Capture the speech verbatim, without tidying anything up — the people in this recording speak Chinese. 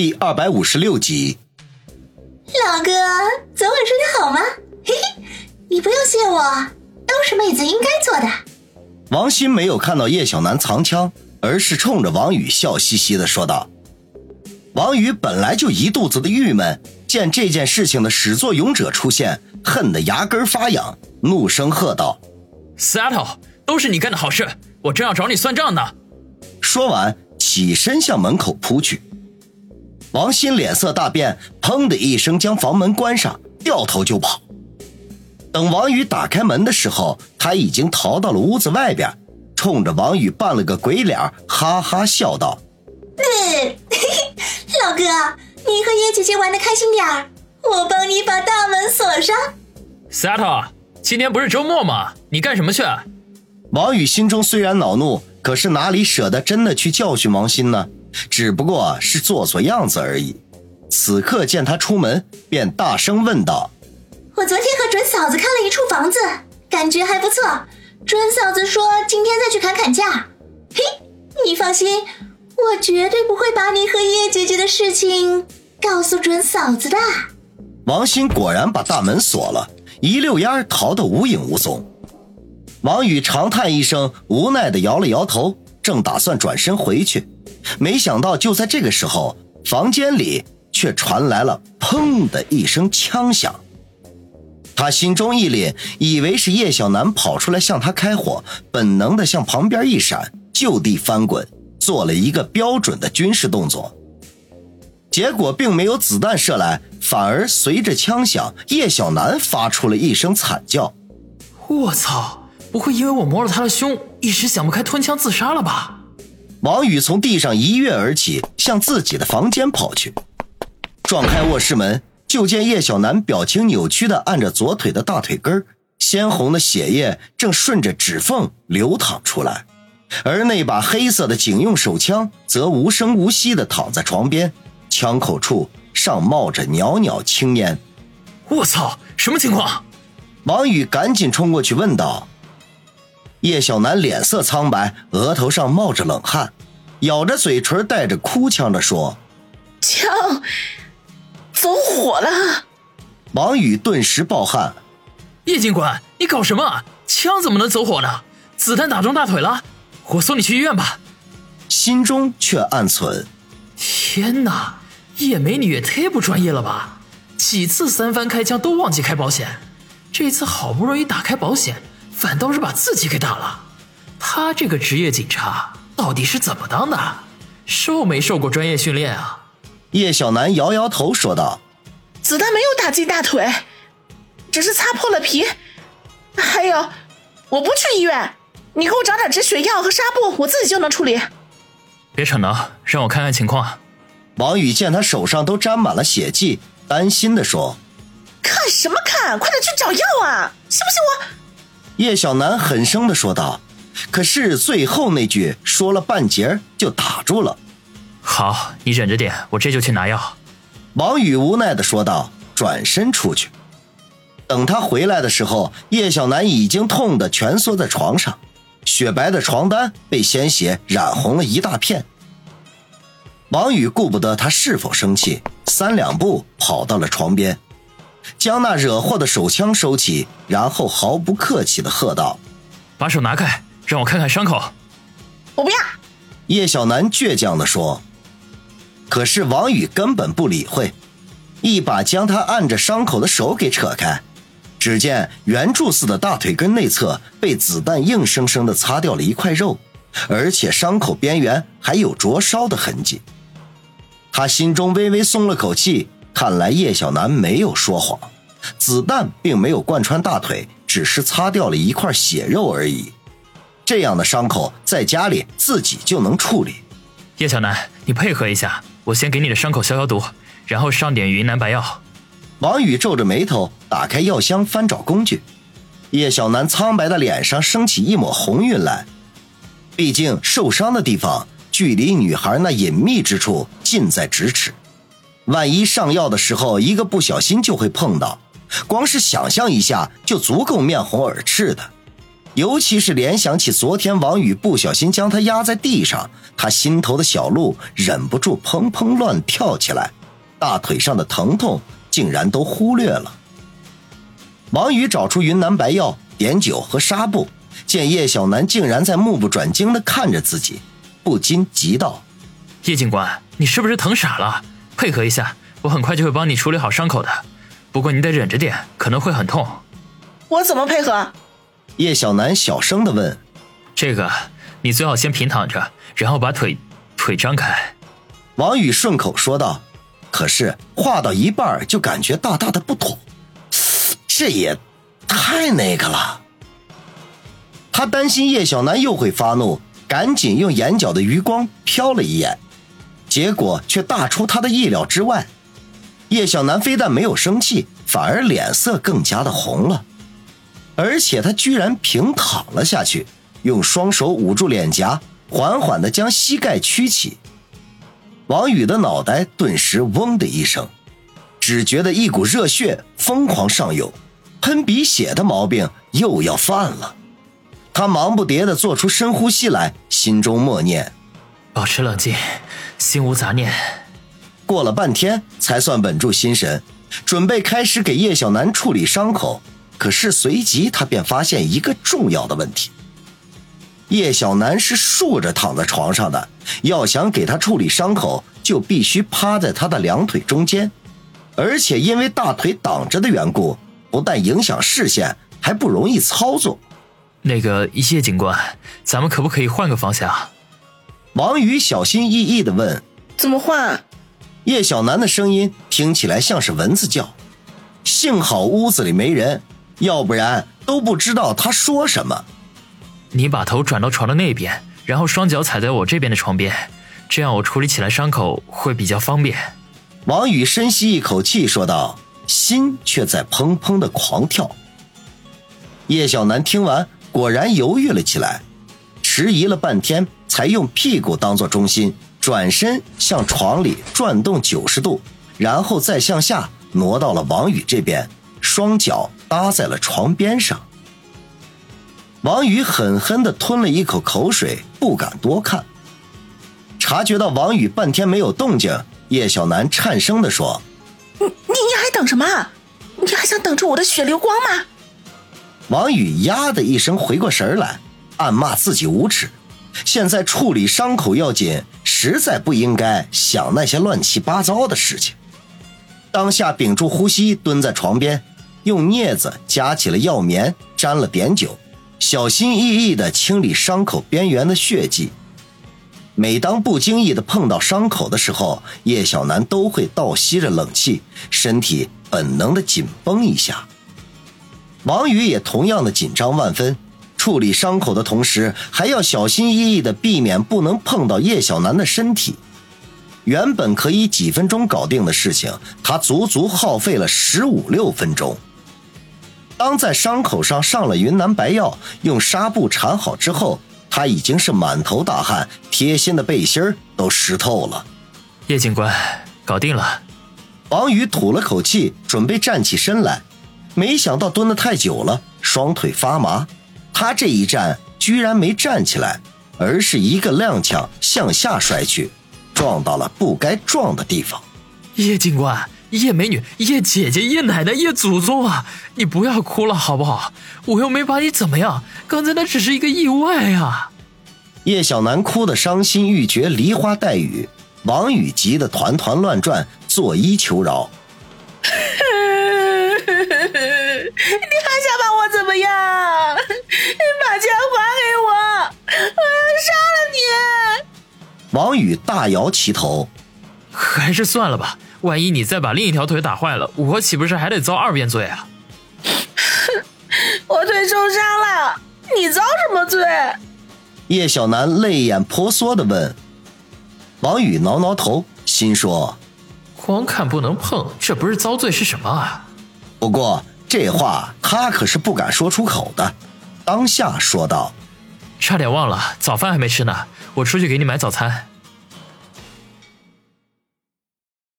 第二百五十六集。 老哥，昨晚睡得好吗？嘿嘿，你不用谢我，都是妹子应该做的。 王鑫没有看到叶小楠藏枪，而是冲着王宇笑嘻嘻地说道。王宇本来就一肚子的郁闷，见这件事情的始作俑者出现，恨得牙根发痒，怒声喝道： Sato， 都是你干的好事，我正要找你算账呢。 说完起身向门口扑去。王鑫脸色大变，砰的一声将房门关上，掉头就跑。等王宇打开门的时候，他已经逃到了屋子外边，冲着王宇扮了个鬼脸，哈哈笑道： 嗯，老哥，你和叶姐姐玩得开心点儿，我帮你把大门锁上。 Sato， 今天不是周末吗？你干什么去？ 王宇心中虽然恼怒，可是哪里舍得真的去教训王鑫呢？只不过是做做样子而已。此刻见他出门，便大声问道： 我昨天和准嫂子看了一处房子，感觉还不错，准嫂子说今天再去砍砍价。嘿，你放心，我绝对不会把你和叶姐姐的事情告诉准嫂子的。 王鑫果然把大门锁了，一溜烟逃得无影无踪。王宇长叹一声，无奈地摇了摇头，正打算转身回去，没想到就在这个时候，房间里却传来了砰的一声枪响。他心中一凛，以为是叶小楠跑出来向他开火，本能地向旁边一闪，就地翻滚，做了一个标准的军事动作。结果并没有子弹射来，反而随着枪响，叶小楠发出了一声惨叫。 我操，不会因为我摸了他的胸，一时想不开吞枪自杀了吧？ 王宇从地上一跃而起，向自己的房间跑去，撞开卧室门，就见叶小楠表情扭曲地按着左腿的大腿根，鲜红的血液正顺着指缝流淌出来，而那把黑色的警用手枪则无声无息地躺在床边，枪口处上冒着袅袅青烟。 我操，什么情况？ 王宇赶紧冲过去问道。叶小楠脸色苍白，额头上冒着冷汗，咬着嘴唇带着哭腔地说： 枪走火了。 王宇顿时暴汗。 叶警官，你搞什么？枪怎么能走火呢？子弹打中大腿了，我送你去医院吧。 心中却暗忖： 天哪，叶美女也太不专业了吧，几次三番开枪都忘记开保险，这次好不容易打开保险，反倒是把自己给打了。他这个职业警察到底是怎么当的？受没受过专业训练啊？ 叶小楠摇摇头说道： 子弹没有打进大腿，只是擦破了皮。还有，我不去医院，你给我找点止血药和纱布，我自己就能处理。 别逞能，让我看看情况。 王宇见他手上都沾满了血迹，担心地说： 看什么看，快点去找药啊，信不信我？ 叶小楠狠声地说道，可是最后那句说了半截就打住了。 好，你忍着点，我这就去拿药。 王宇无奈地说道，转身出去。等他回来的时候，叶小楠已经痛得蜷缩在床上，雪白的床单被鲜血染红了一大片。王宇顾不得他是否生气，三两步跑到了床边，将那惹祸的手枪收起，然后毫不客气地喝道： 把手拿开，让我看看伤口。 我不要。 叶小楠倔强地说。可是王宇根本不理会，一把将他按着伤口的手给扯开，只见圆柱似的大腿根内侧被子弹硬生生地擦掉了一块肉，而且伤口边缘还有灼烧的痕迹。他心中微微松了口气，看来叶小楠没有说谎，子弹并没有贯穿大腿，只是擦掉了一块血肉而已。这样的伤口在家里自己就能处理。 叶小楠，你配合一下，我先给你的伤口消消毒，然后上点云南白药。 王宇皱着眉头打开药箱翻找工具，叶小楠苍白的脸上升起一抹红晕来。毕竟受伤的地方距离女孩那隐秘之处近在咫尺，万一上药的时候一个不小心就会碰到，光是想象一下就足够面红耳赤的。 尤其是联想起昨天王宇不小心将他压在地上，他心头的小鹿忍不住砰砰乱跳起来，大腿上的疼痛竟然都忽略了。王宇找出云南白药、碘酒和纱布，见叶小楠竟然在目不转睛地看着自己，不禁急道： 叶警官，你是不是疼傻了？配合一下，我很快就会帮你处理好伤口的，不过你得忍着点，可能会很痛。 我怎么配合？ 叶小楠小声地问。 这个你最好先平躺着，然后把腿腿张开。 王宇顺口说道，可是话到一半就感觉大大的不妥，这也太那个了。他担心叶小楠又会发怒，赶紧用眼角的余光瞟了一眼，结果却大出他的意料之外。叶小楠非但没有生气，反而脸色更加的红了，而且他居然平躺了下去，用双手捂住脸颊，缓缓地将膝盖屈起。王宇的脑袋顿时嗡的一声，只觉得一股热血疯狂上涌，喷鼻血的毛病又要犯了。他忙不迭地做出深呼吸来，心中默念： 保持冷静，心无杂念。 过了半天才算稳住心神，准备开始给叶小楠处理伤口。可是随即他便发现一个重要的问题，叶小楠是竖着躺在床上的，要想给他处理伤口，就必须趴在他的两腿中间，而且因为大腿挡着的缘故，不但影响视线，还不容易操作。 那个叶警官，咱们可不可以换个方向？ 王宇小心翼翼地问。 怎么换？ 叶小楠的声音听起来像是蚊子叫，幸好屋子里没人，要不然都不知道他说什么。 你把头转到床的那边，然后双脚踩在我这边的床边，这样我处理起来伤口会比较方便。 王宇深吸一口气说道，心却在砰砰的狂跳。叶小楠听完果然犹豫了起来，迟疑了半天，才用屁股当作中心，转身向床里转动九十度，然后再向下挪到了王宇这边，双脚搭在了床边上。王宇狠狠地吞了一口口水，不敢多看。察觉到王宇半天没有动静，叶小楠颤声地说： 你你还等什么？你还想等着我的血流光吗？ 王宇呀的一声回过神来，暗骂自己无耻，现在处理伤口要紧，实在不应该想那些乱七八糟的事情。当下屏住呼吸，蹲在床边，用镊子夹起了药棉，沾了碘酒，小心翼翼地清理伤口边缘的血迹。每当不经意地碰到伤口的时候，叶小楠都会倒吸着冷气，身体本能地紧绷一下。王宇也同样的紧张万分，处理伤口的同时，还要小心翼翼地避免不能碰到叶小楠的身体。原本可以几分钟搞定的事情，他足足耗费了十五六分钟。当在伤口上上了云南白药，用纱布缠好之后，他已经是满头大汗，贴心的背心都湿透了。 叶警官，搞定了。 王宇吐了口气，准备站起身来，没想到蹲得太久了，双腿发麻。他这一站居然没站起来，而是一个踉跄向下摔去，撞到了不该撞的地方。 叶警官，叶美女，叶姐姐，叶奶奶，叶祖宗啊，你不要哭了好不好？我又没把你怎么样，刚才那只是一个意外啊。 叶小楠哭得伤心欲绝，梨花带雨。王宇急得团团乱转，作揖求饶。 你还想把我怎么样？你把钱还给我，我要杀了你！ 王宇大摇其头， 还是算了吧，万一你再把另一条腿打坏了，我岂不是还得遭二遍罪啊？ 我腿受伤了，你遭什么罪？ 叶小楠泪眼婆娑地问。王宇挠挠头，心说： 光看不能碰，这不是遭罪是什么啊？ 不过这话他可是不敢说出口的，当下说道： 差点忘了，早饭还没吃呢，我出去给你买早餐。